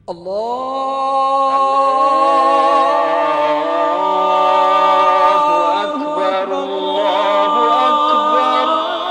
الله أكبر الله أكبر.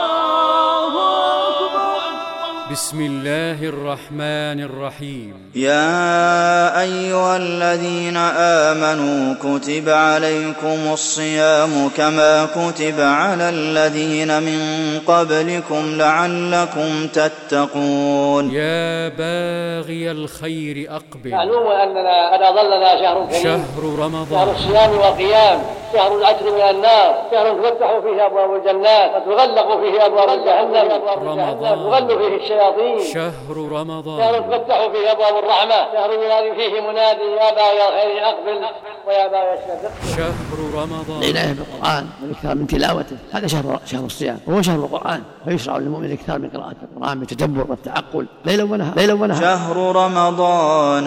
بسم الله الرحمن الرحيم. يا أيها الذين آمنوا كتب عليكم الصيام كما كتب على الذين من قبلكم لعلكم تتقون. يا باغي الخير أقبل. معلوم أننا قد أظلنا شهر كريم، شهر رمضان، شهر الصيام والقيام، شهر العتق من النار، شهر تفتح فيه أبواب الجنات وتغلق فيه أبواب جهنم، وتغل فيه الشياطين. شهر رمضان، شهر تفتح فيه أبواب الرحمة، شهر ينادي فيه منادي يا باغي الخير أقبل ويا باغي الشر. شهر رمضان، العناية بالقرآن والإكثار من تلاوته، هذا شهر الصيام وهو شهر القرآن، فيشرع للمؤمن الإكثار من قراءة القرآن بالتدبر والتعقل ليلا ونهارا. شهر رمضان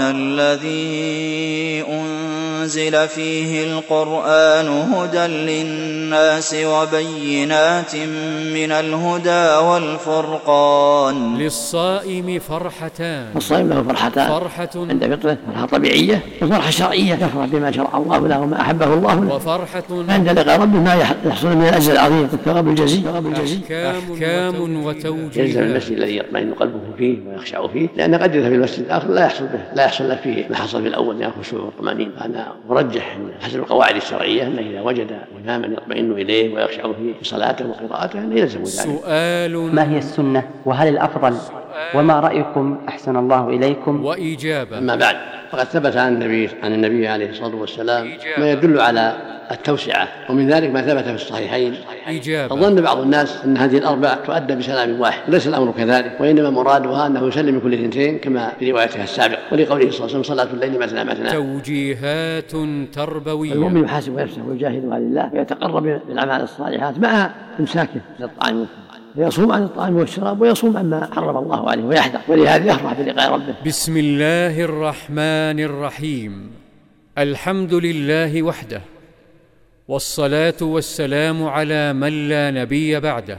الذي أنزل فيه القرآن هدى للناس وبينات من الهدى والفرقان. للصائم فرحتان. الصائم له فرحتان، فرحة عند فطره فرحة طبيعية وفرحة شرعية يفرح بما شرع الله له وما أحبه الله له، وفرحة عند لقاء ربه ما يحصل من الأجر العظيم والثواب الجزيل. أحكام وتوجيهات. يلزم المسجد الذي يطمئن قلبه فيه ويخشع فيه، لأن قد في المسجد الآخر لا يحصل لك فيه ما حصل في الأول من الخشوع والطمأنينة. أنا مرجح حسب القواعد الشرعية أنه إذا وجد إماما يطمئن إليه ويخشع فيه في صلاته وقراءته أنه يلزم ذلك. سؤال: ما هي السنة وهل الأفضل؟ وما رأيكم أحسن الله إليكم؟ وإجابة. أما بعد، فقد ثبت عن النبي عليه الصلاة والسلام ما يدل على التوسعة، ومن ذلك ما ثبت في الصحيحين. إجابة. ظن بعض الناس أن هذه الأربع تؤدى بسلام واحد، وليس الأمر كذلك، وإنما مرادها أنه يسلم كل اثنتين كما في روايتها السابقة، ولقوله صلى الله عليه وسلم صلاة الليل مثنى. توجيهات تربوية. المؤمن يحاسب نفسه ويجاهدها لله ويتقرب بالأعمال الصالحات مع إمساكه من الطعام والشراب، ويصوم عن الطعام والشراب ويصوم عما حرم الله عليه ويحذر، ولهذا يفرح بلقاء ربه. بسم الله الرحمن الرحيم. الحمد لله وحده، والصلاة والسلام على من لا نبي بعده،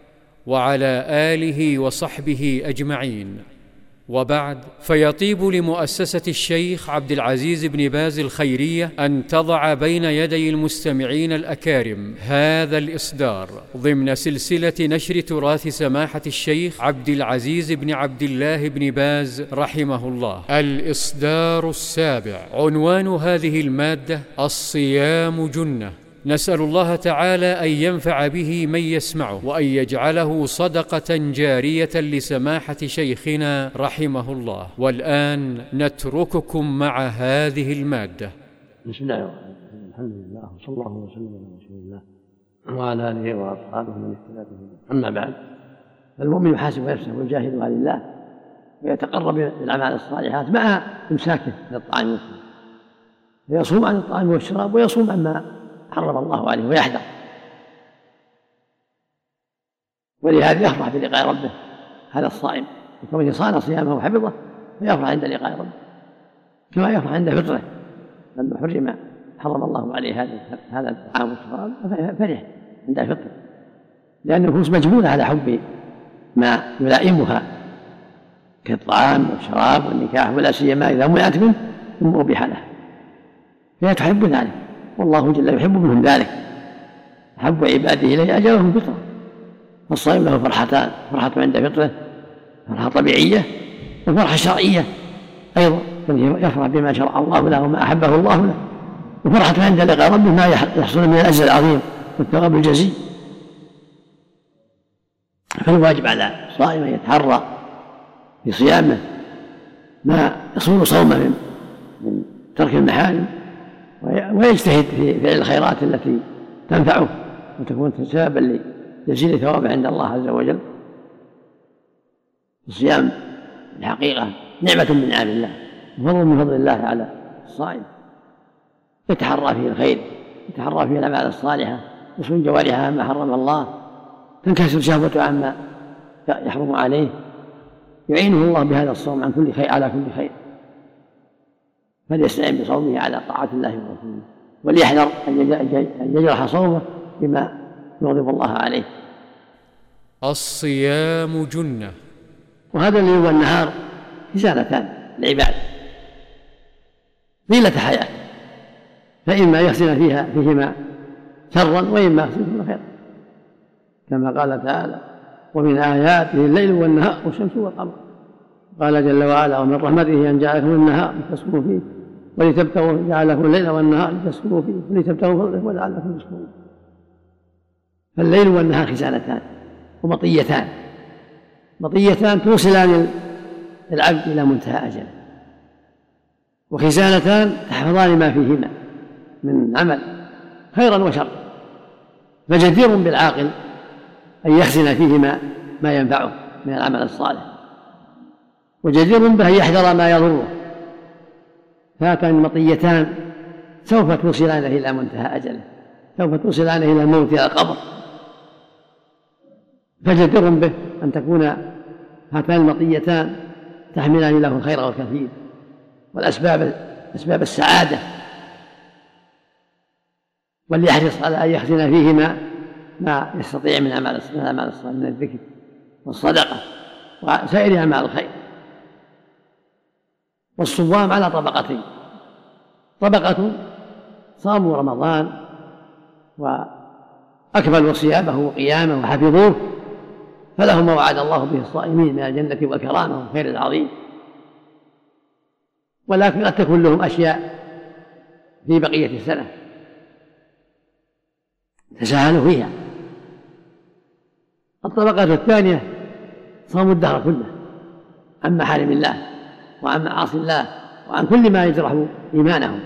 وعلى آله وصحبه أجمعين، وبعد. فيطيب لمؤسسة الشيخ عبد العزيز بن باز الخيرية أن تضع بين يدي المستمعين الأكارم هذا الإصدار ضمن سلسلة نشر تراث سماحة الشيخ عبد العزيز بن عبد الله بن باز رحمه الله. الإصدار السابع. عنوان هذه المادة: الصيام جنة. نسأل الله تعالى أن ينفع به من يسمعه، وأن يجعله صدقة جارية لسماحة شيخنا رحمه الله. والآن نترككم مع هذه المادة. بسم الله الرحمن الرحيم. الحمد لله وصلى الله وسلم على رسول الله وعلى آله وأصحابه من اهتدى به. أما بعد، فالمؤمن يحاسب نفسه ويجاهدها لله ويتقرب بالأعمال الصالحات مع إمساكه من الطعام والشراب، ويصوم عن الطعام والشراب ويصوم عما حرم الله عليه ويحذر، ولهذا يفرح بلقاء ربه. هذا الصائم وكونه صان صيامه وحفظه فيفرح عند لقاء ربه كما يفرح عند فطره، لما حرم الله عليه هذا الطعام والشراب فرح عند فطره، لأن النفوس مجبولة على حب ما يلائمها كالطعام والشراب والنكاح، ولا سيما إذا منعت منه ثم أبيح له، فهي تحب ذلك، والله جل يحب منهم ذلك. أحب عباده إليه أجرهم فطرة. فالصائم له فرحتان: فرحة عند فطره، فرحة طبيعية، وفرحة شرعية أيضا، يفرح بما شرع الله له وما أحبه الله له، وفرحة عند لقاء ربه ما يحصل من الأجر العظيم والثواب الجزيل. فالواجب على الصائم أن يتحرى في صيامه ما يصون صومه من ترك المحارم، ويجتهد في فعل الخيرات التي تنفعه وتكون سببا لتزيد ثوابه عند الله عز وجل. الصيام الحقيقة نعمة من نعم الله وفضل من فضل الله على الصائم، يتحرى فيه الخير، يتحرى فيه الأعمال الصالحة، يصون جوارحها عما حرم الله، تنكسر شهوته عما يحرم عليه، يعينه الله بهذا الصوم عن كل خير على كل خير، فليستعين بصومه على طاعة الله ورسوله، وليحذر أن يجرح صومه بما يغضب الله عليه. الصيام جنة. وهذا الليل والنهار إزالتان العباد، طيلة حياته، فإما يحسن فيهما شرا وإما يحسن فيهما خيرا، كما قال تعالى: ومن آياته الليل والنهار والشمس والقمر. قال جل وعلا: ومن رحمته أن جعل لكم النهار لتسكنوا فيه ولتبتغوا، جعل لكم الليل والنهار لتسكنوا فيه ولتبتغوا فضله ولعلكم تشكرون. فالليل والنهار خزانتان ومطيتان، مطيتان توصلان العبد إلى منتهى أجله، وخزانتان تحفظان ما فيهما من عمل خيرا وشرا. فجدير بالعاقل أن يخزن فيهما ما ينفعه من العمل الصالح، وجدير به أن يحذر ما يضره. فهاتان المطيتان سوف توصلانه إلى منتهى أجله، سوف توصلانه إلى الموت، إلى القبر. فجدير به أن تكون هاتان المطيتان تحملان له الخير والكثير والأسباب السعادة، وليحرص على أن يخزن فيهما ما يستطيع من أعمال الصالح من الذكر والصدقة وسائر أعمال الخير. والصوام على طبقتين: طبقة صاموا رمضان وأكملوا صيامه وقيامه وحفظوه، فلهم ما وعد الله به الصائمين من الجنة والكرامة والخير العظيم. ولكن قد تكون لهم أشياء في بقية السنة تساهلوا فيها. الطبقة الثانية صاموا الدهر كله عن محارم الله وعن معاصي الله وعن كل ما يجرح إيمانهم،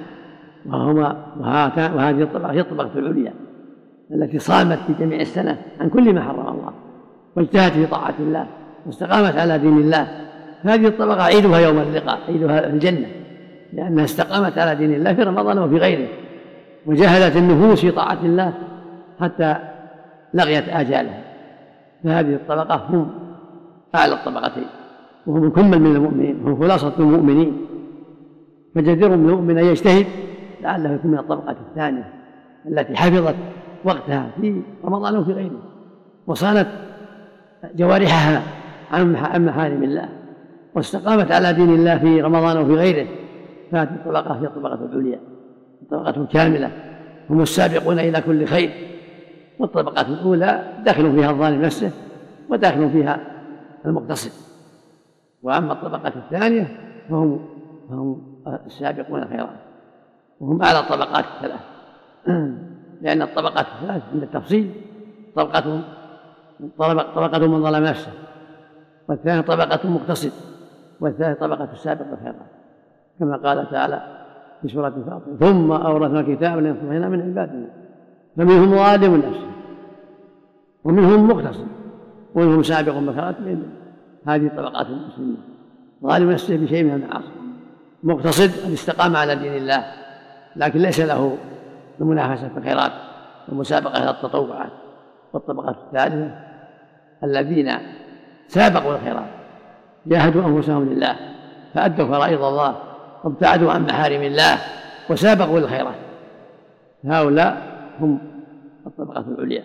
وهذه الطبقة هي الطبقة العليا التي صامت في جميع السنة عن كل ما حرم الله واجتهدت في طاعة الله واستقامت على دين الله. هذه الطبقة عيدها يوم اللقاء، عيدها في الجنة، لأنها استقامت على دين الله في رمضان وفي غيره، وجاهدت النفوس في طاعة الله حتى لغيت آجالها. فهذه الطبقة هم أعلى الطبقتين، وهم الكمل من المؤمنين، هم خلاصة المؤمنين. فجدير بالمؤمن أن يجتهد لعله يكون من الطبقة الثانية التي حفظت وقتها في رمضان وفي غيره، وصانت جوارحها عن محارم الله، واستقامت على دين الله في رمضان وفي غيره. فهذه الطبقة هي الطبقة العليا، الطبقة كاملة، هم السابقون إلى كل خير. والطبقة الأولى داخل فيها الظالم نفسه وداخل فيها المقتصد. وأما الطبقة الثانية فهم السابقون الخيرات، وهم أعلى الطبقات الثلاث، لأن الطبقات الثلاث عند التفصيل طبقة من ظلم نفسه، والثانية طبقة مقتصد، والثالث طبقة السابق الخيرات، كما قال تعالى في سورة فاطر: ثم أورثنا الكتاب الذين اصطفينا من عبادنا فمنهم ظالم لنفسه ومنهم مقتصد ومنهم سابق بالخيرات بإذن الله. هذه طبقات المسلمين: ظالم نفسه بشيء من المعاصي، مقتصد الاستقامة على دين الله لكن ليس له المنافسة في الخيرات والمسابقة إلى التطوعات. والطبقة الثالثة الذين سابقوا الخيرات، جاهدوا أنفسهم لله فأدوا فرائض الله وابتعدوا عن محارم الله وسابقوا الخيرات. هؤلاء هم الطبقة العليا.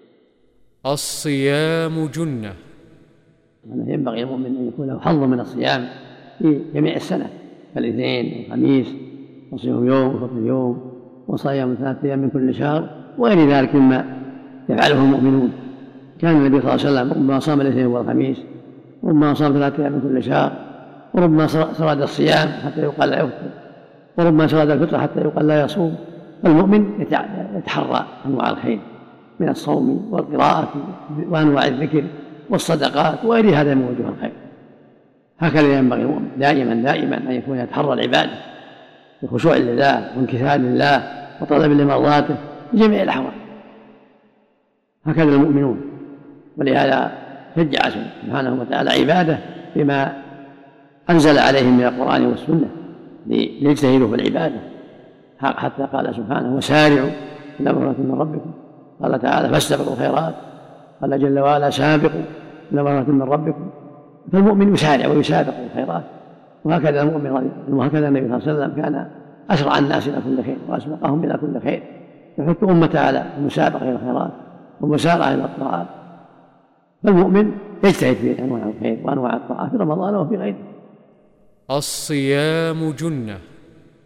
الصيام جنة. ينبغي المؤمن أن يكون له حظ من الصيام في جميع السنة، كالاثنين والخميس وصيام يوم وفطر يوم وصيام 3 أيام من كل شهر وغير ذلك مما يفعله المؤمنون. كان النبي صلى الله عليه وسلم ربما صام الاثنين والخميس، وربما صام 3 أيام من كل شهر، وربما سرد الصيام حتى يقال لا يفطر، وربما سرد الفطر حتى يقال لا يصوم. فالمؤمن يتحرى أنواع الخير من الصوم والقراءة وأنواع الذكر والصدقات وغير هذا من وجوه الخير. هكذا ينبغي المؤمن دائما أن يكون يتحرى العبادة بخشوع لله وانكسار لله وطلب لمرضاته بجميع الأحوال. هكذا المؤمنون، ولهذا شجع سبحانه وتعالى عباده بما أنزل عليهم من القرآن والسنة ليجتهدوا في العبادة، حتى قال سبحانه: وسارعوا إلى مغفرة من ربكم. قال تعالى: فاستبقوا الخيرات. قال جل وعلا: سابقوا إلى مغفرة من ربكم. فالمؤمن يسارع ويسابق الخيرات، وهكذا المؤمن، وهكذا النبي صلى الله عليه وسلم كان أسرع الناس إلى كل خير وأسبقهم إلى كل خير، يحث أمته على المسابقة إلى الخيرات والمسارعة إلى الطاعات. فالمؤمن يجتهد في أنواع الخير وأنواع الطاعات في رمضان وفي غيره. الصيام جنة.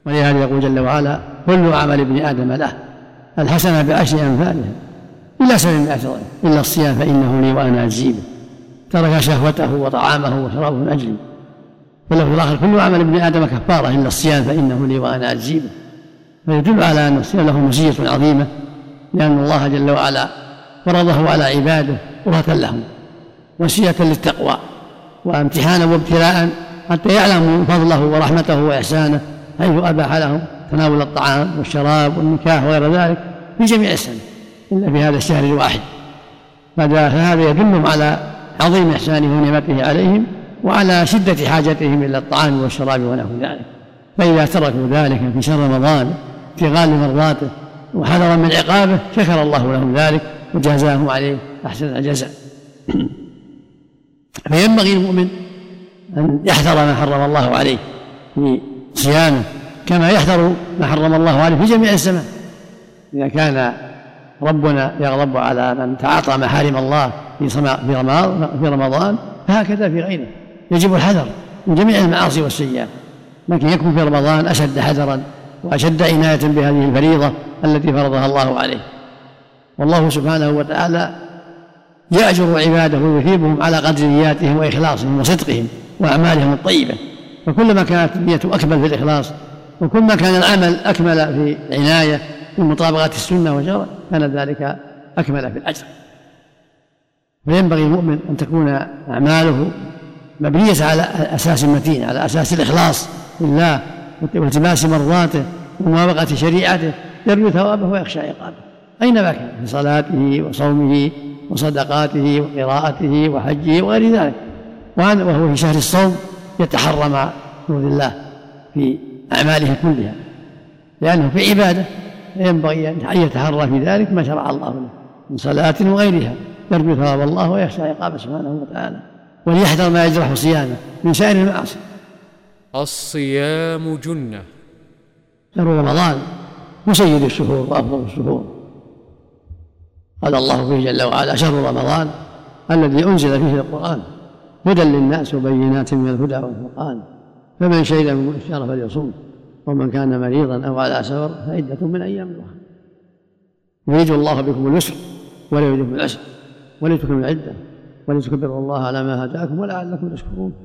ولهذا يقول جل وعلا: كل عمل ابن آدم له الحسنة بعشر أمثالها إلا 700 ضعف إلا الصيام فإنه لي وأنا أجزي به. ترك شهوته وطعامه وشرابه من أجلي. واللفظ الآخر: كل عمل ابن آدم كفارة إلا الصيام فإنه لي وأنا أجزي به. فيدل على أن الصيام له مزية عظيمة، لأن الله جل وعلا فرضه على عباده قرة لهم وسيلة للتقوى وامتحانا وابتلاء حتى يعلموا فضله ورحمته وإحسانه، حيث أباح لهم تناول الطعام والشراب والنكاح وغير ذلك في جميع السنة إلا في هذا الشهر الواحد. فهذا يدلهم على عظيم إحسانه ونعمته عليهم وعلى شدة حاجتهم إلى الطعام والشراب ونحو ذلك. فإذا تركوا ذلك في شهر رمضان ابتغاء لمرضاته وحذرا من عقابه شكر الله لهم ذلك وجازاهم عليه أحسن الجزاء. فينبغي المؤمن أن يحذر ما حرم الله عليه في صيامه كما يحذر ما حرم الله عليه في جميع الزمان. إذا كان ربنا يغضب على من تعاطى محارم الله في رمضان فهكذا في غيره يجب الحذر من جميع المعاصي والسيئات، لكن يكون في رمضان أشد حذرا وأشد عناية بهذه الفريضة التي فرضها الله عليه. والله سبحانه وتعالى يأجر عباده ويثيبهم على قدر نياتهم وإخلاصهم وصدقهم وأعمالهم الطيبة، فكلما كانت النية أكمل في الإخلاص وكلما كان العمل أكمل في العناية بمطابقة السنة والشرع كان ذلك أكمل في الأجر. فينبغي المؤمن أن تكون أعماله مبنية على أساس متين، على أساس الإخلاص لله والتماس مرضاته وموافقة شريعته، يرجو ثوابه ويخشى عقابه أينما كان، في صلاته وصومه وصدقاته وقراءته وحجه وغير ذلك. وهو في شهر الصوم يتحرى مع حدود الله في أعماله كلها لأنه في عبادة، ينبغي أن يتحرى في ذلك ما شرع الله له من صلاة وغيرها، يرجو ثواب الله ويخشى عقابه سبحانه وتعالى، وليحذر ما يجرح صيامه من سائر المعاصي. الصيام جنة. شهر رمضان هو سيد الشهور وأفضل الشهور. قال الله فيه جل وعلا: شهر رمضان الذي أنزل فيه القرآن هدى للناس وبينات من الهدى والفرقان فمن شهد منكم الشهر فليصوم ومن كان مريضا أو على سفر فعدة من أيام أخرى يريد الله بكم اليسر ولا يريد بكم العسر ولتكملوا العدة ولتكبروا الله على ما هداكم ولعلكم تشكرون.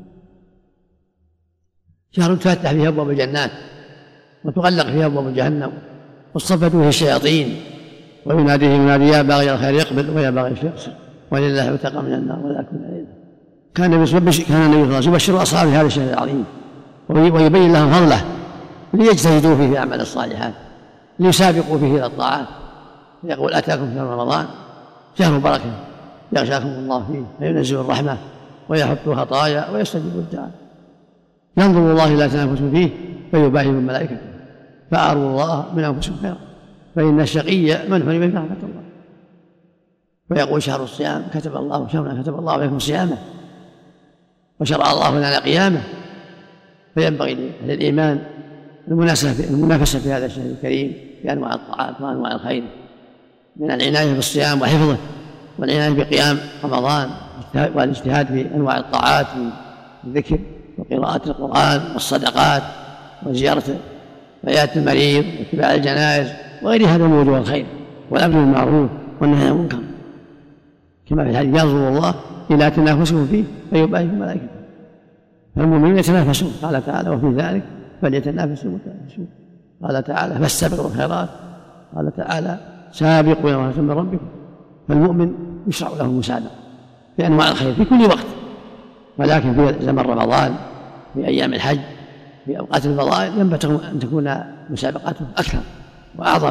شهر تفتح فيه أبواب الجنات وتغلق فيه أبواب جهنم والصفة فيه الشياطين ويناديه منادي: يا باغي الخير يقبل ويا باغي الشر يقصر ولله يتقى من النار وذاك من العيد. كان النبي صلى الله عليه وسلم يبشر أصحابه هذا الشهر العظيم ويبين لهم فضله ليجتهدوا فيه في أعمال الصالحات ليسابقوا فيه إلى الطاعات. يقول: أتاكم شهر رمضان شهر بركة يغشاكم الله فيه فينزل الرحمة ويحط الخطايا ويستجيب الدعاء. ينظر الله إلى تنافسوا فيه فيباهي من ملائكته فأروا الله من أنفسهم خيرا فإن الشقي من حرم من رحمة الله. ويقول: شهر الصيام كتب الله شهرنا كتب الله عليكم صيامه وشرع الله لنا قيامه. فينبغي لأهل الإيمان المنافسة في هذا الشهر الكريم بأنواع الطاعات وأنواع الخير، من العناية بالصيام وحفظه والعناية بقيام رمضان والاجتهاد في أنواع الطاعات من الذكر وقراءة القرآن والصدقات وزيارة عيادة المريض واتباع الجنائز وغير هذا من وجوه الخير والأمر بالمعروف والنهي عن المنكر. كما في الحديث: ينظر الله إلى تنافسهم فيه فيباهي الملائكة. فالمؤمنون يتنافسون، قال تعالى: وفي ذلك فليتنافس المتنافسون. قال تعالى: فاستبقوا الخيرات. قال تعالى: سابقوا إلى مغفرة من ربكم. فالمؤمن يشرع له المسابقة في أنواع الخير في كل وقت، ولكن في زمن رمضان في أيام الحج في أوقات الفضائل ينبغي أن تكون مسابقاته أكثر وأعظم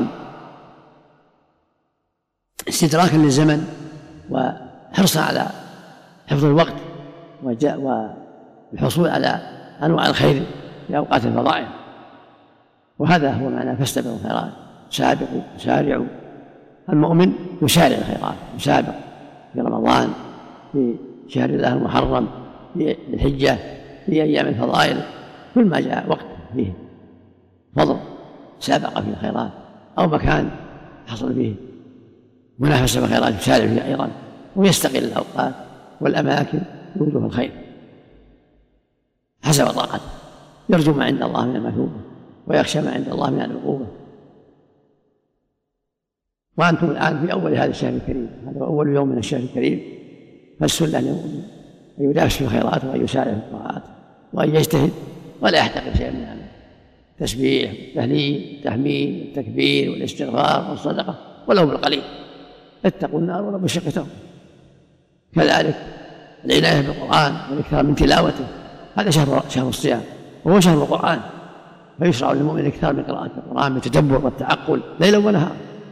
استدراكا للزمن وحرصا على حفظ الوقت والحصول على أنواع الخير في أوقات الفضائل. وهذا هو معنى فاستبقوا الخيرات، سابقوا سارعوا. المؤمن يسارع الخيرات، يسابق في رمضان في شهر الله المحرم في الحجة في أيام الفضائل، كل ما جاء وقت فيه فضل سابق في الخيرات أو مكان حصل فيه منافسة بالخيرات يسارع فيه أيضا ويستغل الأوقات والأماكن بوجوه الخير حسب طاقته، يرجو ما عند الله من المثوبة ويخشى ما عند الله من العقوبة. وأنتم الآن في أول هذا الشهر الكريم، هذا أول يوم من الشهر الكريم، فالسنة للمؤمن أن يدافع في الخيرات وأن يسارع في الطاعات وأن يجتهد ولا يحتقر شيئا من هذا، التسبيح والتهليل والتحميد والتكبير والاستغفار والصدقة ولو بالقليل، اتقوا النار ولو بشق تمرة. كذلك العناية بالقرآن والإكثار من تلاوته، هذا شهر الصيام وهو شهر القرآن، فيشرع للمؤمن الإكثار من قراءة القرآن بالتدبر والتعقل ليلا ونهارا.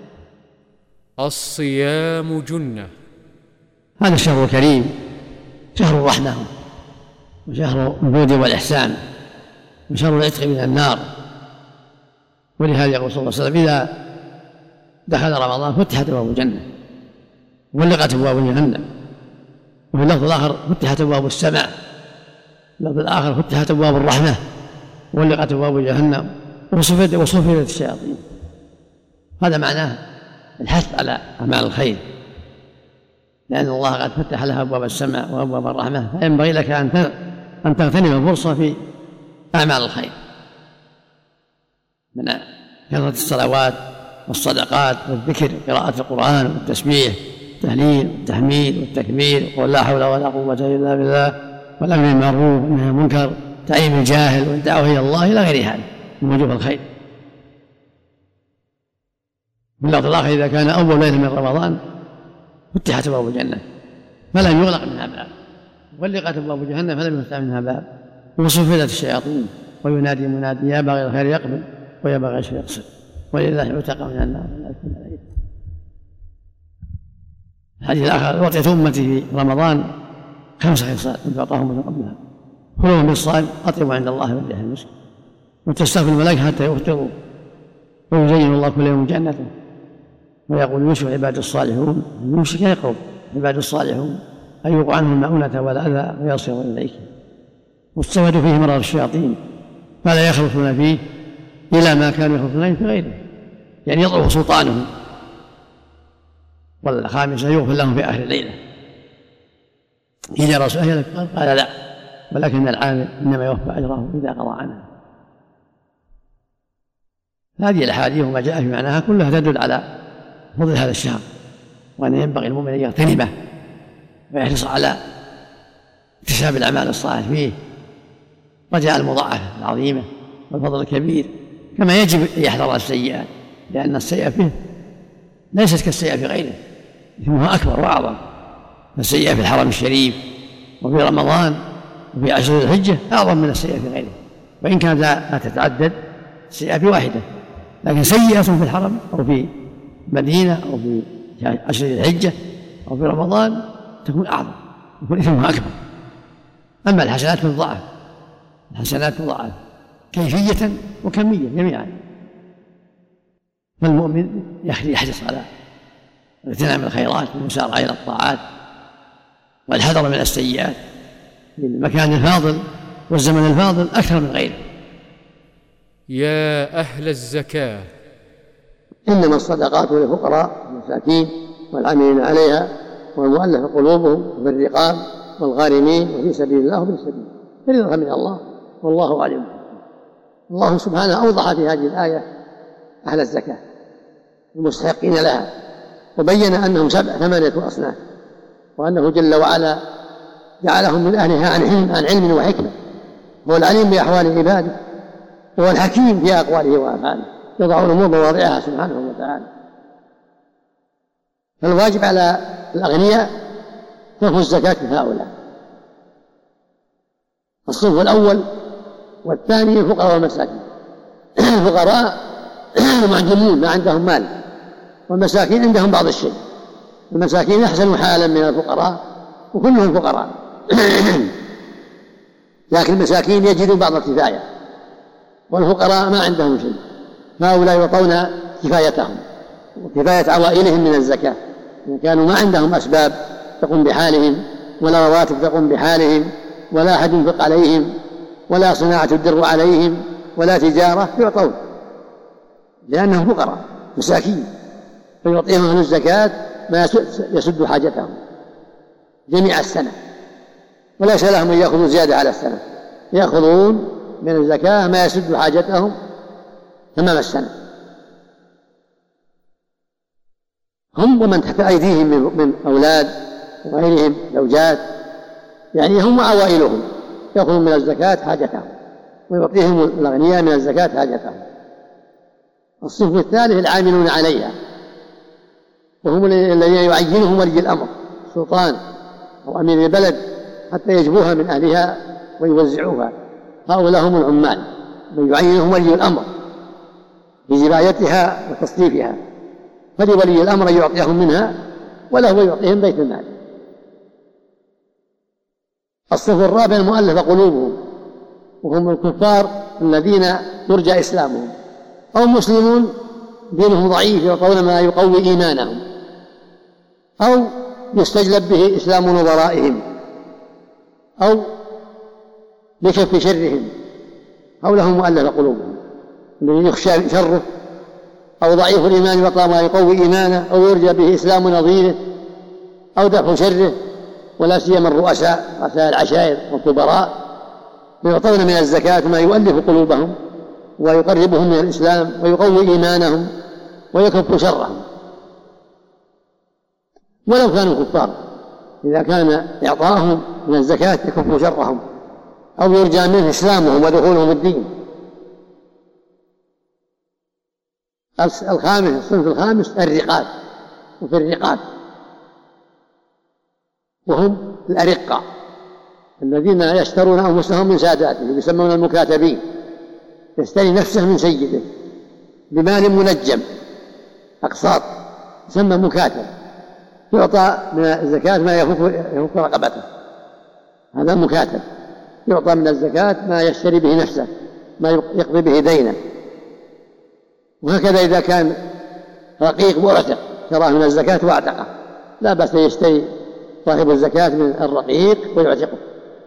الصيام جنة. هذا الشهر الكريم شهر الرحمة وشهر الجود والإحسان وشهر العتق من النار، ولهذا يقول صلى الله عليه وسلم إذا دخل رمضان فتحت أبواب الجنة وغلقت أبواب جهنم، وفي اللفظ الآخر فتحت أبواب السماء، اللفظ الآخر فتحت أبواب الرحمة وغلقت أبواب جهنم وصفدت الشياطين. هذا معناه الحث على أعمال الخير، لأن الله قد فتح لها أبواب السماء وأبواب الرحمة، فينبغي لك أن تغتنم الفرصة في أعمال الخير من كثرة الصلوات والصدقات والذكر وقراءة القرآن والتسبيح والتهليل والتحميد والتكبير وقول لا حول ولا قوة إلا بالله والأمر بالمعروف والنهي عن المنكر، تعليم الجاهل والدعوة إلى الله إلى غير هذا من وجوه الخير. من اللفظ الآخر إذا كان أول ليلة من رمضان فتحت أبواب الجنة فلم يغلق منها باب، وغلقت أبواب جهنم فلم يفتح منها باب، وصفدت الشياطين وينادي منادي يا باغي الخير يقبل ويا باغي الشر يقصر ولله عتق من النار. الحديث الآخر وقت أمتي في رمضان 5 خصال من أعطاهم من قبلها: كلوا بالصائم أطيب عند الله من ريح المسك، وتستغفر الملائكة حتى يفطروا، ويزين الله كل يوم جنته، ويقول يوشك عباد الصالحون، يوشك يقرب عباد الصالحون أن يوقع عنهم المؤونة والأذى ويصيروا إليك، واستود فيه مرض الشياطين فلا يخلصون فيه إلى ما كانوا يخلصون في غيره، يعني يضعف سلطانهم. والخامسة يغفر لهم في آخر الليلة. إذا رسول أهلك قال لا، ولكن العامل إنما يوفى أجره إذا قضى عنها. هذه الأحاديث وما جاء في معناها كلها تدل على فضل هذا الشهر، وأن ينبغي المؤمن أن يغتنمه ويحرص على اكتساب الأعمال الصالحة فيه رجاء المضاعفة العظيمة والفضل الكبير، كما يجب أن يحذر السيئات، لأن السيئة فيه ليست كالسيئة في غيره، إثمها أكبر وأعظم. فالسيئة في الحرم الشريف وفي رمضان وفي 10 ذي الحجة أعظم من السيئة في غيره، وإن كانت لا تتعدد السيئة في واحدة، لكن سيئة في الحرم أو في مدينة أو في 10 ذي الحجة أو في رمضان تكون أعظم، يكون إثمها أكبر. أما الحسنات تضاعف، الحسنات تضاعف كيفية وكمية جميعا. فالمؤمن يحرص على اغتنام الخيرات والمسارعة إلى الطاعات والحذر من السيئات في المكان الفاضل والزمن الفاضل أكثر من غيره. يا أهل الزكاة، إنما الصدقات للفقراء والمساكين والعاملين عليها والمؤلف قلوبهم وفي الرقاب والغارمين وفي سبيل الله وفي السبيل، فريضة من الله والله عليم. الله سبحانه أوضح في هذه الآية أهل الزكاة المستحقين لها، وبين أنهم 8 أصناف، وأنه جل وعلا جعلهم من أهلها عن علم وحكمة، هو العليم بأحوال عباده وهو الحكيم في أقواله وأفعاله، يضع الأمور مواضعها سبحانه وتعالى. فالواجب على الأغنياء صرف الزكاة في هؤلاء: الصنف الأول والثاني الفقراء والمساكين. الفقراء معدومون ما عندهم مال، والمساكين عندهم بعض الشيء. المساكين أحسن حالا من الفقراء وكلهم فقراء لكن المساكين يجدون بعض الكفاية، والفقراء ما عندهم شيء، فهؤلاء يعطون كفايتهم وكفاية عوائلهم من الزكاة، إن كانوا ما عندهم أسباب تقوم بحالهم ولا رواتب تقوم بحالهم ولا أحد ينفق عليهم ولا صناعة تدر عليهم ولا تجارة، يعطون لأنهم فقراء مساكين، فيعطيهم أهل الزكاة ما يسد حاجتهم جميع السنة، وليس لهم أن يأخذوا زيادة على السنة، يأخذون من الزكاة ما يسد حاجتهم تمام السنة. هم ومن تحت أيديهم من أولاد وغيرهم زوجات، يعني هم وعوائلهم يأخذون من الزكاة حاجتهم ويعطيهم الأغنياء من الزكاة حاجتهم. الصنف الثالث العاملون عليها، وهم الذين يعينهم ولي الأمر السلطان أو أمير البلد حتى يجبوها من أهلها ويوزعوها. هؤلاء هم العمال من يعينهم ولي الأمر بجبايتها وتصنيفها، فلولي الأمر يعطيهم منها وله يعطيهم بيت المال. الصف الرابع المؤلف قلوبهم، وهم الكفار الذين يرجى إسلامهم، أو مسلمون دينهم ضعيف يعطون ما يقوي إيمانهم، أو يستجلب به إسلام نظرائهم، أو لكف شرهم. هؤلاء هم مؤلف قلوبهم الذي يخشى شره، أو ضعيف الإيمان يعطى ما يقوي إيمانه، أو يرجى به إسلام نظيره، أو دفع شره. ولا سيما رؤساء العشائر والكبراء يعطون من الزكاة ما يؤلف قلوبهم ويقربهم من الإسلام ويقوي إيمانهم ويكف شرهم ولو كانوا كفار، إذا كان إعطاهم من الزكاة يكف شرهم أو يرجى منه إسلامهم ودخولهم الدين. الصنف الخامس الرقاب، وفي الرقاب وهم الأرقة الذين يشترون أنفسهم من ساداتهم يسمون المكاتبين، يشتري نفسه من سيده بمال منجم أقساط يسمى مكاتب، يعطى من الزكاة ما يفك رقبته، هذا مكاتب يعطى من الزكاة ما يشتري به نفسه ما يقضي به دينه. وهكذا إذا كان رقيق معتق شراه من الزكاة واعتقه لا بأس يشتري صاحب الزكاة من الرقيق ويعتقه.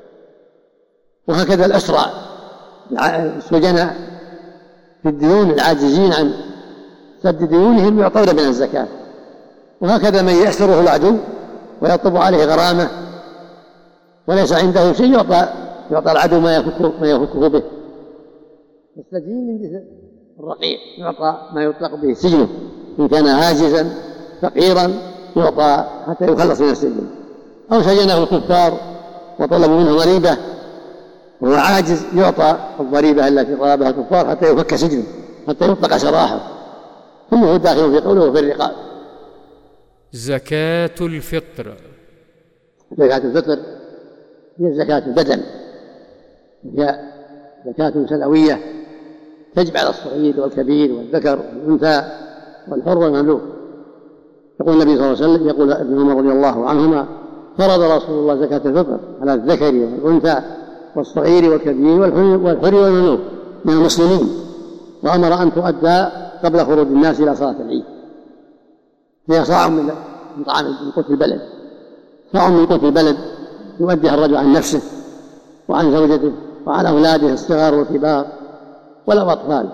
وهكذا الأسرى السجناء في الديون العاجزين عن سد ديونهم يعطون من الزكاة. وهكذا من يأسره العدو ويطلب عليه غرامة وليس عنده شيء يعطى العدو ما يفكه به. السجين من جهة الرقيق يعطى ما يطلق به سجنه، إن كان عاجزا فقيرا يعطى حتى يخلص من السجن. أو سجنه الكفار وطلبوا منه ضريبة وهو عاجز يعطى الضريبة التي طلبها الكفار حتى يفك سجنه حتى يطلق سراحه. كله داخل في قوله في الرقاب. زكاة الفطر. زكاة الفطر هي زكاة البدن، هي زكاة سنوية تجب على الصغير والكبير والذكر والأنثى والحر والمملوك. يقول النبي صلى الله عليه وسلم، يقول ابن عمر رضي الله عنهما: فرض رسول الله زكاة الفطر على الذكر والأنثى والصغير والكبير والحر والمملوك من المسلمين، وأمر أن تؤدى قبل خروج الناس إلى صلاة العيد. هي صاع من طعام من قوت البلد، صاع من قوت البلد يؤديها الرجل عن نفسه وعن زوجته وعن أولاده الصغار والكبار والأطفال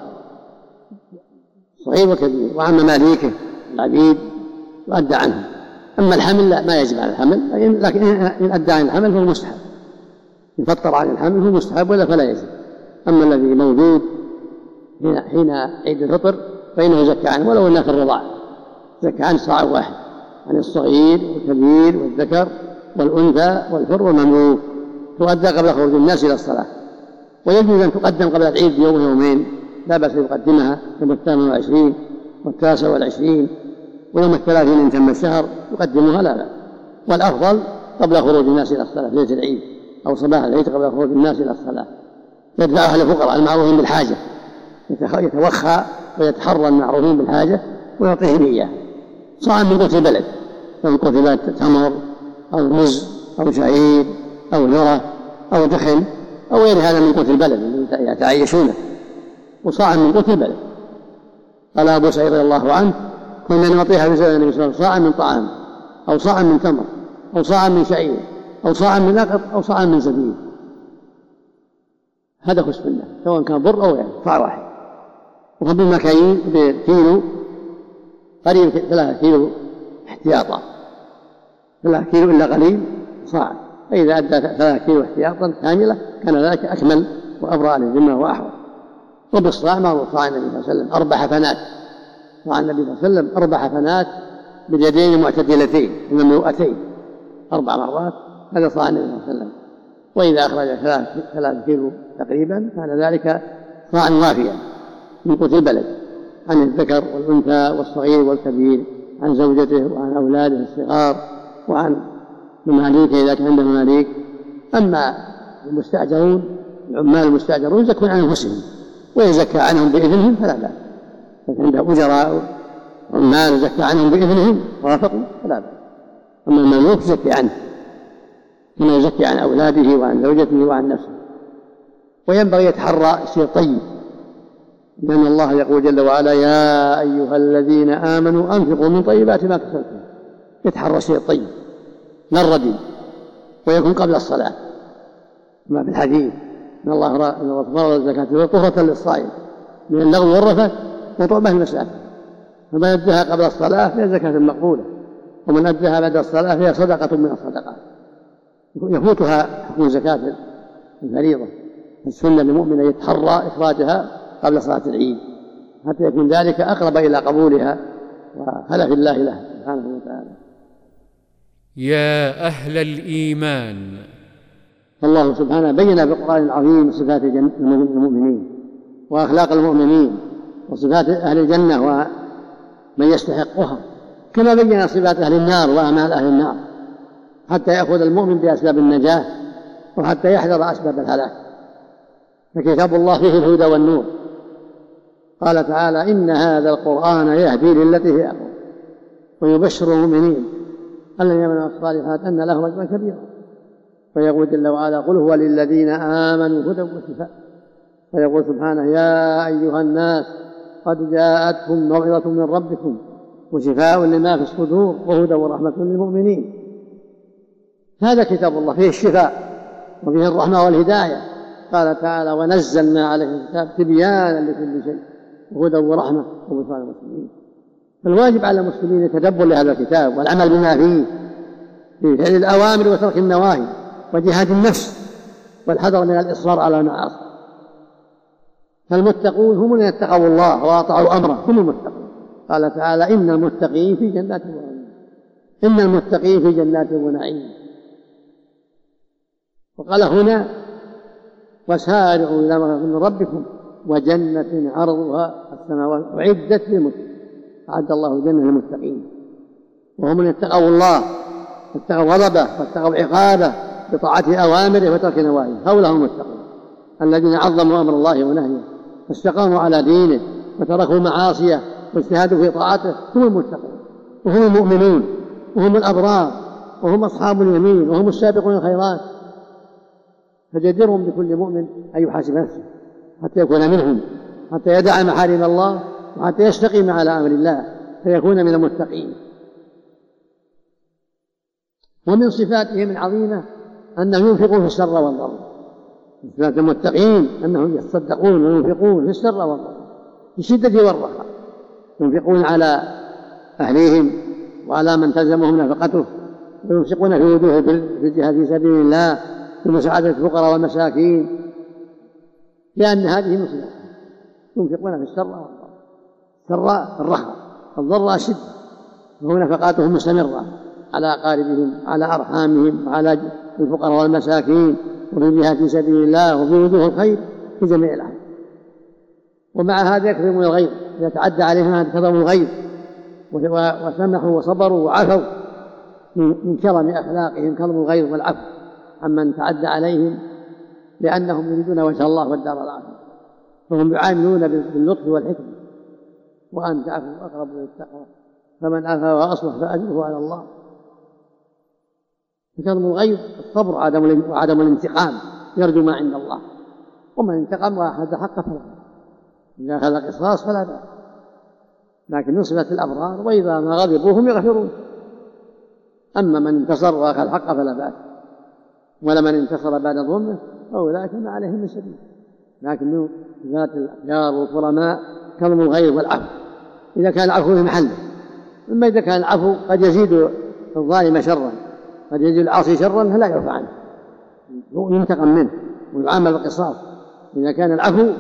صغير وكبير وعن مماليكه العبيد يؤدى عنه. أما الحمل لا، ما يجب على الحمل، لكن إن أدى عن الحمل فهو مستحب، إن فطر عن الحمل فهو مستحب ولا فلا يجب. أما الذي موجود حين عيد الفطر فإنه زكى عنه ولو أنه في الرضاع، زكى عن صاع واحد عن الصغير والكبير والذكر والأنثى والحر والمملوك، تؤدى قبل خروج الناس إلى الصلاة. ويجوز أن تقدم قبل العيد بيوم يومين، لا بأس يقدمها يوم 28 و29 ويوم 30 إن تم الشهر يقدمها لا بأس. والأفضل قبل خروج الناس إلى الصلاة ليلة العيد أو صباح العيد قبل خروج الناس إلى الصلاة. يدفعها للفقراء المعروفين بالحاجة، يتوخى ويتحرى المعروفين بالحاجة ويعطيهم إياه. صاع من قوت البلد، من قوت البلد تمر أو رز أو شعير أو ذرة أو دخن أو غير هذا من قوت البلد الذي يتعيشونه، وصاع من قوت البلد. قال أبو سعيد رضي الله عنه: كنا نعطيها في زمن النبي صلى الله عليه وسلم صاع من طعام أو صاع من تمر أو صاع من شعير أو صاع من نقط أو صاع من زبيب. هذا خص بالله سواء كان بر أو صاع واحد. وهم بالمكاييل بكيلو قريب 3 كيلو احتياطا، 3 كيلو إلا قليل صاع، فإذا أدى 3 كيلو احتياطا كاملة كان ذلك أكمل وأبرأ للذمة وأحوط. وبالصاع معروف صاع النبي صلى الله عليه وسلم 4 حفنات، صاع النبي صلى الله عليه وسلم 4 حفنات باليدين المعتدلتين المملوءتين 4 مرات، هذا صاع النبي صلى الله عليه وسلم. وإذا أخرج 3 كيلو تقريبا كان ذلك صاعا وافيا من قوت البلد، عن الذكر والأنثى والصغير والكبير، عن زوجته وعن أولاده الصغار وعن مماليكه إذا كان عنده مماليك. أما المستأجرون العمال المستأجرون يزكون عن أنفسهم ويزكى عنهم بإذنهم فلا بأس، لكن عنده أجراء عمال يزكى عنهم بإذنهم وافقوا فلا بأس. أما المملوك يزكي عنه كما يزكي عن أولاده وعن زوجته وعن نفسه. وينبغي يتحرى الشيء الطيب، لأن الله يقول جل وعلا يا أيها الذين آمنوا أنفقوا من طيبات ما كسبتم. يتحرى الشيء الطيب لا الرديء، ويكون قبل الصلاة كما في الحديث إن الله فرض الزكاة طهرة للصائم من اللغو والرفث وطعمة المساكين، فمن أداها قبل الصلاة فهي زكاة مقبولة، ومن أداها بعد الصلاة فهي صدقة من الصدقات يفوتها حكم زكاة الفريضة. السنة للمؤمن يتحرى إخراجها قبل صلاة العيد حتى يكون ذلك أقرب إلى قبولها وخلف الله له سبحانه وتعالى. يا أهل الإيمان، الله سبحانه بين في القرآن العظيم صفات المؤمنين وأخلاق المؤمنين وصفات أهل الجنة ومن يستحقها، كما بين صفات أهل النار وأعمال أهل النار، حتى يأخذ المؤمن بأسباب النجاة وحتى يحذر أسباب الهلاك. فكتاب الله فيه الهدى والنور. قال تعالى إن هذا القرآن يهدي للتي هي أقوم ويبشر المؤمنين الذين يعملون الصالحات أن لهم أجرا كبيرا. فيقول جل وعلا قل هو للذين آمنوا هدى وشفاء. فيقول سبحانه يا أيها الناس قد جاءتكم موعظة من ربكم وشفاء لما في الصدور وهدى ورحمة للمؤمنين. هذا كتاب الله فيه الشفاء وفيه الرحمة والهداية. قال تعالى ونزلنا عليه الكتاب تبيانا لكل شيء وهدى ورحمة وبشرى للمسلمين. فالواجب على المسلمين يتدبر لهذا الكتاب والعمل بما فيه في فعل الأوامر وترك النواهي وجهاد النفس والحذر من الإصرار على المعاصي. فالمتقون هم الذين اتقوا الله وأطاعوا أمره، هم المتقون. قال تعالى إن المتقين في جنات ونعيم، إن المتقين في جنات ونعيم. وقال هنا وسارعوا إلى مغفرة من ربكم وجنة عرضها السماوات أعدت للمتقين. أعد الله جنة للمتقين وهم من اتقوا الله واتقوا غضبه واتقوا عقابه بطاعة أوامره وترك نواهيه. هؤلاء هم المتقون الذين عظموا أمر الله ونهيه واستقاموا على دينه وتركوا معاصيه واجتهادوا في طاعته. هم المتقون وهم المؤمنون وهم الأبرار وهم أصحاب اليمين وهم السابقون الخيرات. فجدرهم بكل مؤمن أن يحاسب نفسه حتى يكون منهم، حتى يدع محارم الله وحتى يستقيم على أمر الله فيكون من المتقين. ومن صفاتهم العظيمة أنهم ينفقون في السر والضر. صفات المتقين أنهم يتصدقون وينفقون في السر والضر في الشدة والرخاء. ينفقون على أهليهم وعلى من تلزمهم نفقته، وينفقون في وجوه في الجهاد في سبيل الله في مساعدة الفقراء والمساكين، لأن هذه من صفاتهم. ينفقون في السر والضر، السراء الرخاء، الضر الشدة، وهم نفقاتهم مستمرة على أقاربهم على أرحامهم على الفقراء والمساكين وفي الجهاد في سبيل الله وفي وجوه الخير في جميع الأحوال. ومع هذا يكظمون الغيظ إذا تعدى عليهم هذا كظموا الغيظ وسمحوا وصبروا وعفوا من كرم أخلاقهم كظموا الغيظ والعفو عمن تعدى عليهم لأنهم يريدون وجه الله والدار الآخرة. فهم يعاملون باللطف والحكمة وأن تعفوا أقرب للتقوى فمن عفا وأصلح فأجره على الله. فكظم الغيظ الصبر وعدم الانتقام يرجو ما عند الله. ومن انتقم وأخذ حقه فلا إذا أخذ القصاص فلا بأس، لكن نصفت الأبرار وإذا ما غضبوا هم يغفرون. أما من انتصر وأخذ حقه فلا بأس، ولمن انتصر بعد ظلمه فأولئك ما عليهم من سبيل. لكن ذات الأخيار والكرماء كظم الغيظ والعفو إذا كان العفو في محله. أما إذا كان العفو قد يزيد الظالم شرا قد يزيد العاصي شرا فلا يعفى عنه، ينتقم منه ويعامل بالقصاص. إذا كان العفو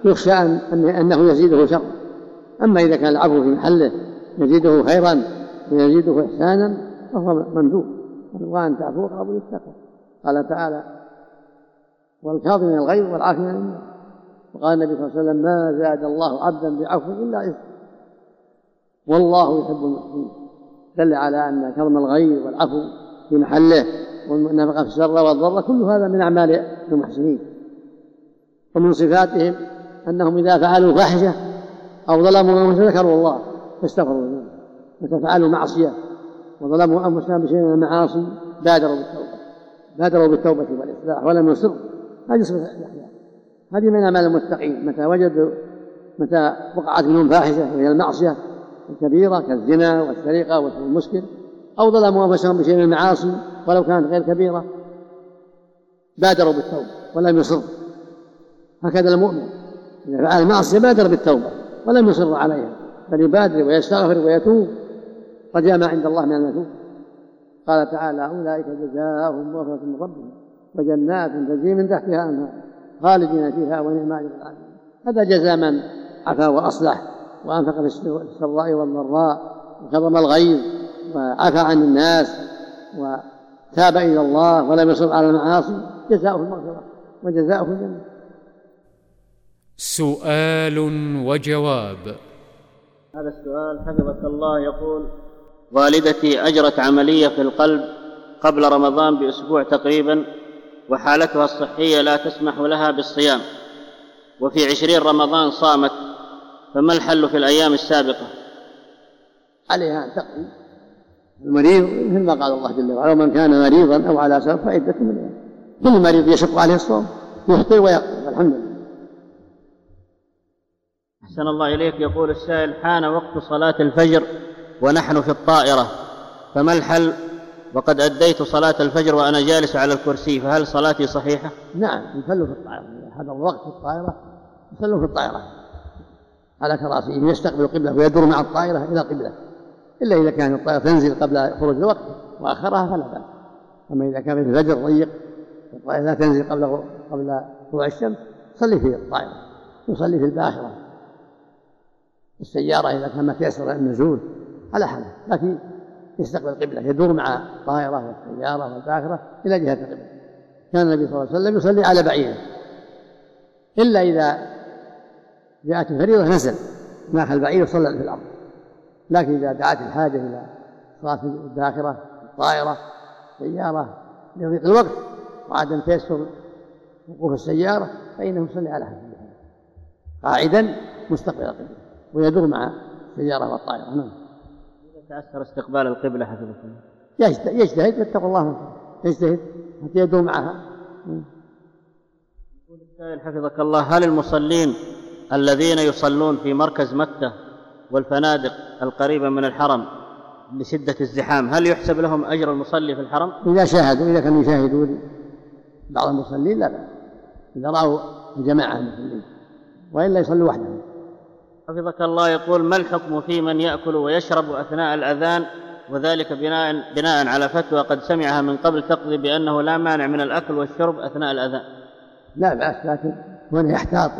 يخشى أنه يزيده شر. أما إذا كان العفو في محله يزيده خيرا ويزيده إحسانا فهو مندوب، وأن تعفو أقرب للتقوى. قال تعالى: والكاظمين الغيظ والعافين عن الناس. وقال النبي صلى الله عليه وسلم: ما زاد الله عبدا بعفو إلا عزا، والله يحب المحسنين. دل على أن كظم الغيظ والعفو في محله والنفقة في السر والضر كل هذا من أعمال المحسنين. ومن صفاتهم أنهم إذا فعلوا فاحشة أو ظلموا أنفسهم ذكروا الله فاستغفروا الله. متى فعلوا معصية وظلموا أنفسهم بشيء من المعاصي بادروا بالتوبة والإصلاح ولم يصروا. هذه صفة الأحياء، هذه من أعمال المتقين. متى وقعت منهم فاحشة وهي المعصية الكبيرة كالزنا والسرقة والمسكر، أو ظلموا أنفسهم بشيء من المعاصي ولو كانت غير كبيرة، بادروا بالتوبة ولم يصروا. هكذا المؤمن إذا فعل المعصية بادر بالتوبة ولم يصر عليها، بل يبادر ويستغفر ويتوب رجاء ما عند الله من المثوب. قال تعالى: أولئك جزاؤهم مغفرة من ربهم وجنات تجري من تحتها الأنهار خالدين فيها ونعم أجر العاملين. هذا جزاء من عفا وأصلح وأنفق في السراء والضراء وكظم الغيظ وعفى عن الناس وتاب إلى الله ولم يصر على المعاصي، جزاؤه المغفرة وجزاؤه الجنة. سؤال وجواب. هذا السؤال حفظك الله يقول: والدتي أجرت عملية في القلب قبل رمضان بأسبوع تقريبا، وحالتها الصحية لا تسمح لها بالصيام، وفي 20 رمضان صامت، فما الحل في الأيام السابقة؟ عليها أن تقضي المريض مثل ما قال الله جل وعلا: ومن كان مريضا أو على سفر فعدة من أيام. كل مريض يشق عليه الصوم يفطر ويقضي، الحمد لله. أحسن الله إليك. يقول السائل: حان وقت صلاة الفجر ونحن في الطائرة، فما الحل وقد أديت صلاة الفجر وأنا جالس على الكرسي، فهل صلاتي صحيحة؟ نعم، يصلوا في الطائرة. هذا الوقت في الطائرة يصلوا في الطائرة على كراسيهم، يستقبل القبلة ويدور مع الطائرة إلى القبلة، إلا إذا كانت الطائرة تنزل قبل خروج الوقت وأخرها فلا بأس. أما إذا كان في الفجر ضيق الطائرة لا تنزل قبل طلوع الشمس صلي في الطائرة، يصلي في الباخرة. السيارة إذا كان ما تيسر النزول على حاله، لكن يستقبل القبلة، يدور مع الطائرة والسيارة والباخرة إلى جهة القبلة. كان النبي صلى الله عليه وسلم يصلي على بعيره، إلا إذا جاءت الفريضة نزل ناخذ البعير وصلى في الأرض. لكن إذا دعت الحاجة إلى صلاة الباخرة الطائرة السيارة لضيق الوقت وعدم تيسر وقوف السيارة فإنه يصلي على حسب قاعدا مستقبل القبلة ويدور مع السيارة والطائرة. نعم. إذا تأثر استقبال القبلة حفظك الله يجتهد واتقوا الله، يجتهد حتى يدور معها. يقول السائل حفظك الله: هل المصلين الذين يصلون في مركز مكة والفنادق القريبة من الحرم لشدة الزحام هل يحسب لهم أجر المصلي في الحرم؟ إذا شاهدوا، إذا كانوا يشاهدون بعض المصلين لا بأس، إذا رأوا الجماعة المصلين، وإلا يصلوا وحدهم. حفظك الله يقول: ما الحكم في من يأكل ويشرب أثناء الأذان، وذلك بناء على فتوى قد سمعها من قبل تقضي بأنه لا مانع من الأكل والشرب أثناء الأذان؟ لا بأس، لكن هنا يحتاط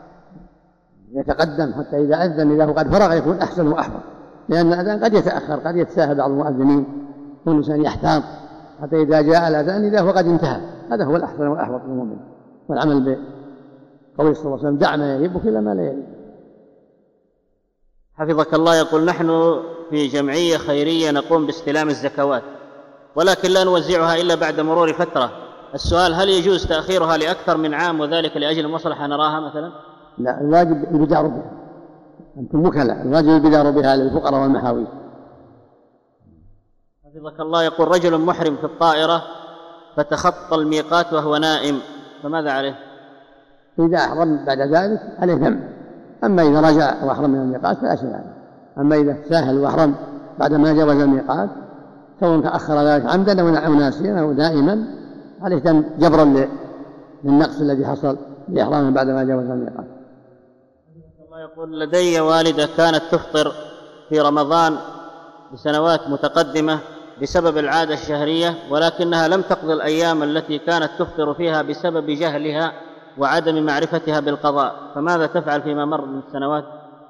يتقدم حتى إذا أذن إذا هو قد فرغ يكون أحسن وأحفظ، لأن الأذان قد يتأخر، قد يتساهل بعض المؤذنين، والإنسان يحتاط حتى إذا جاء الأذان إذا هو قد انتهى. هذا هو الأحسن والأحفظ للمؤمن، والعمل بقول صلى الله عليه وسلم: دع ما يريبك إلى ما لا يريبك. حفظك الله يقول: نحن في جمعية خيرية نقوم باستلام الزكوات، ولكن لا نوزعها إلا بعد مرور فترة. السؤال: هل يجوز تأخيرها لأكثر من عام وذلك لأجل مصلحة نراها مثلا؟ لا، الواجب البدار بها، أنتم وكلاء، الواجب البدار بها للفقراء والمحاويج. حفظك الله يقول: رجل محرم في الطائرة فتخطى الميقات وهو نائم، فماذا عليه؟ إذا أحرم بعد ذلك عليه ذنب، أما إذا رجع وأحرم من الميقات فلا شيء عليه. أما إذا ساهل وأحرم بعد ما جاوز الميقات سواء تأخر ذلك عمدا أو ناسيا أو دائما عليه ذنب جبرا للنقص الذي حصل بإحرامه بعد ما جاوز الميقات. الله يقول: لدي والدة كانت تفطر في رمضان بسنوات متقدمة بسبب العادة الشهرية، ولكنها لم تقضي الأيام التي كانت تفطر فيها بسبب جهلها وعدم معرفتها بالقضاء، فماذا تفعل فيما مر من السنوات؟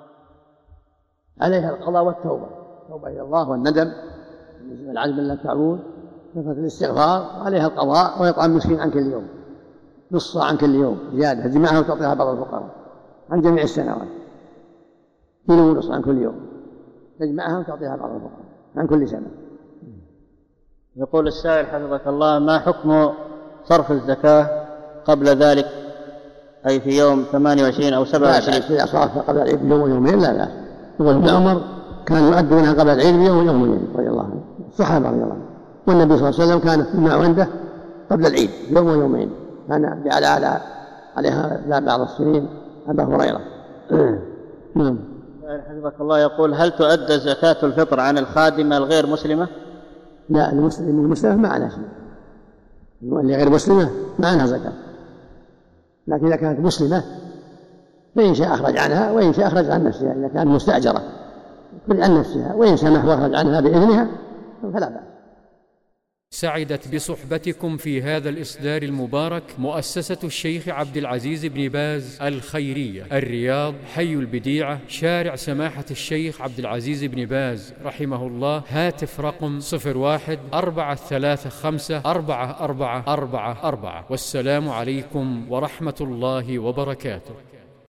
عليها القضاء والتوبة، التوبة إلى الله والندم والعزم لا تعود، كثرة الاستغفار، وعليها القضاء، ويطعم مسكين عن كل يوم، نص صاع عن كل يوم زيادة تجمعها وتعطيها بعض الفقراء عن جميع السنوات، كيلو ونص عن كل يوم تجمعها وتعطيها بعض الفقراء عن كل سنة. يقول السائل حفظك الله: ما حكم صرف الزكاة قبل ذلك، أي في يوم 28 أو 27؟ إذا صرفها قبل العيد بيوم ويومين لا بأس. يقول ابن عمر كانوا يؤدونها قبل العيد بيوم ويومين رضي الله عنه، الصحابة رضي الله عنهم، والنبي صلى الله عليه وسلم كان تجمع عنده قبل العيد يوم ويومين، كان جعل عليها لا بعض السنين أبا هريرة. نعم. حفظك الله يقول: هل تؤدى زكاة الفطر عن الخادمة الغير مسلمة؟ لا، المسلمة ما عليها شيء، اللي غير مسلمة ما عنها زكاة، لكن إذا كانت مسلمة فإن شاء أخرج عنها وإن شاء أخرج عن نفسها، إذا كانت مستأجرة أخرج عن نفسها، وإن سمح وأخرج عنها بإذنها فلا بأس. سعدت بصحبتكم في هذا الإصدار المبارك مؤسسة الشيخ عبد العزيز بن باز الخيرية، الرياض، حي البديعة، شارع سماحة الشيخ عبد العزيز بن باز رحمه الله، هاتف رقم 01-435-4444. والسلام عليكم ورحمة الله وبركاته.